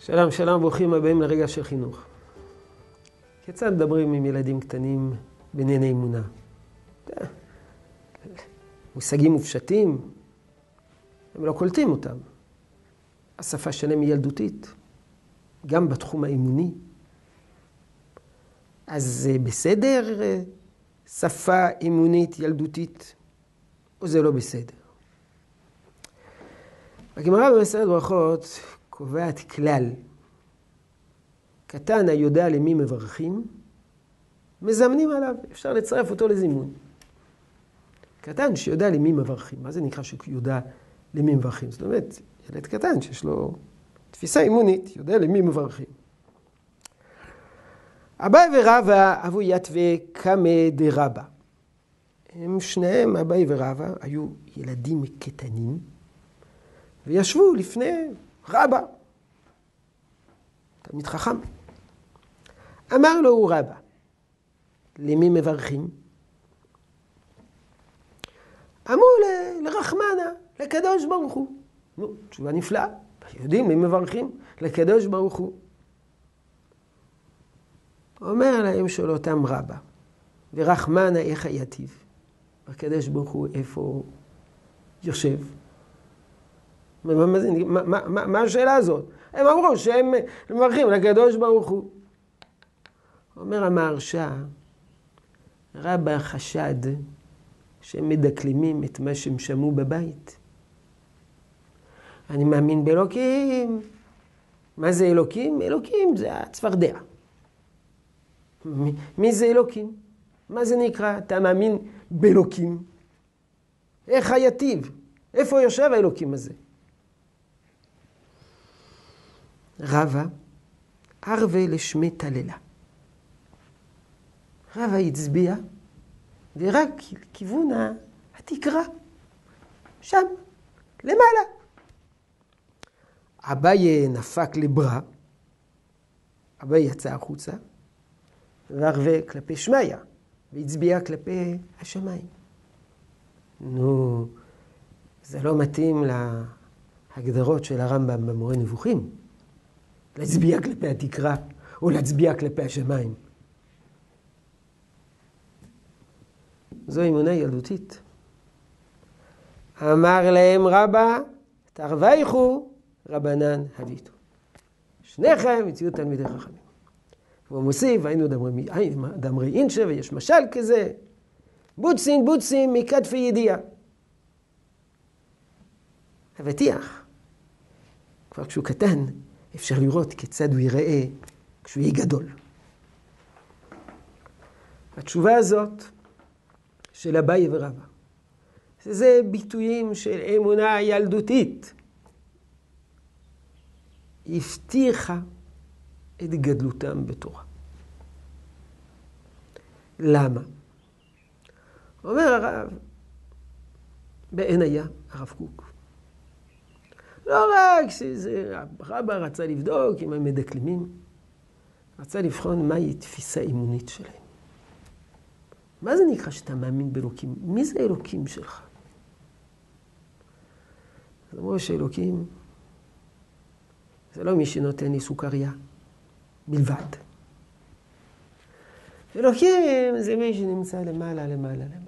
שלום, שלום, ברוכים הבאים לרגע של חינוך. כיצד מדברים עם ילדים קטנים בענייני אמונה? מושגים מופשטים, הם לא קולטים אותם. השפה שלהם היא ילדותית, גם בתחום האמוני. אז זה בסדר שפה אמונית ילדותית, או זה לא בסדר? הגמרא במסכת ברכות קובעת כלל. קטן היודע למי מברכים, מזמנים עליו, אפשר לצרף אותו לזימון. קטן שיודע למי מברכים, מה זה נקרא שיודע למי מברכים? זאת אומרת, ילד קטן שיש לו תפיסה אמונית, יודע למי מברכים. אביי ורבא אבו יתווה קמא דרבא. הם שניהם, אביי ורבא, היו ילדים קטנים, וישבו לפני רבא, תלמיד חכם. אמר לו הוא רבא, למי מברכים? אמרו לרחמנה, לקדוש ברוך הוא. נו, תשובה נפלאה. יודעים מי מברכים? לקדוש ברוך הוא. אומר להם של אותם רבא, ורחמנה איך היטיב? הקדוש ברוך הוא איפה יושב? מה השאלה הזאת? הם אמרו שהם מברכים לקדוש ברוך הוא. אומר המהרש"א, רבא חשד שהם מדקלמים את מה שהם שמעו בבית. אני מאמין באלוקים. מה זה אלוקים? אלוקים זה הצפרדע. מי זה אלוקים? מה זה נקרא? אתה מאמין באלוקים? איך היטיב? איפה יושב האלוקים הזה? רבא ערווה לשמי תללה. רבא הצביע ורק כיוון התקרה, שם, למעלה. אביי נפק לברא, אביי יצא החוצה, וערווה כלפי שמיה, והצביע כלפי השמיים. נו, זה לא מתאים להגדרות של הרמב"ם במורה נבוכים. להצביע כלפי התקרה, או להצביע כלפי השמיים. זו אמונה ילדותית. אמר להם רבא, תרוויחו רבנן הביטו. שניכם הציעו תלמידי חכמים. והוא מוסיף, היינו דמרי אינשה, ויש משל כזה, בוצין בוצין מכתפי ידיעה. אבטיח, כבר כשהוא קטן, אפשר לראות כיצד הוא ייראה כשהוא יהיה גדול. התשובה הזאת של אביי ורבא, זה ביטויים של אמונה ילדותית. הבטיחה את גדלותם בתורה. למה? אומר הרב, בעין היה הרב קוק. לא רק שזה, רבא רצה לבדוק אם הם מדקלמים, רצה לבחון מהי תפיסה אמונית שלהם. מה זה נקרא שאתה מאמין באלוקים? מי זה אלוקים שלך? זאת אומרת שאלוקים זה לא מי שנותן לי סוכריה בלבד. אלוקים זה מי שנמצא למעלה, למעלה, למעלה.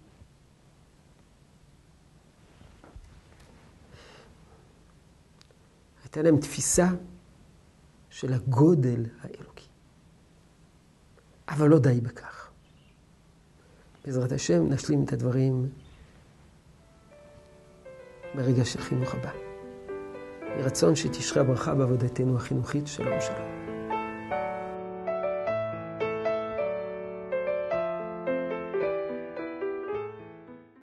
הייתה להם תפיסה של הגודל האלוקי. אבל לא די בכך. בעזרת השם נשלים את הדברים ברגע של חינוך הבא. ברצון שתשרה ברכה בעבודתנו החינוכית. שלום שלום.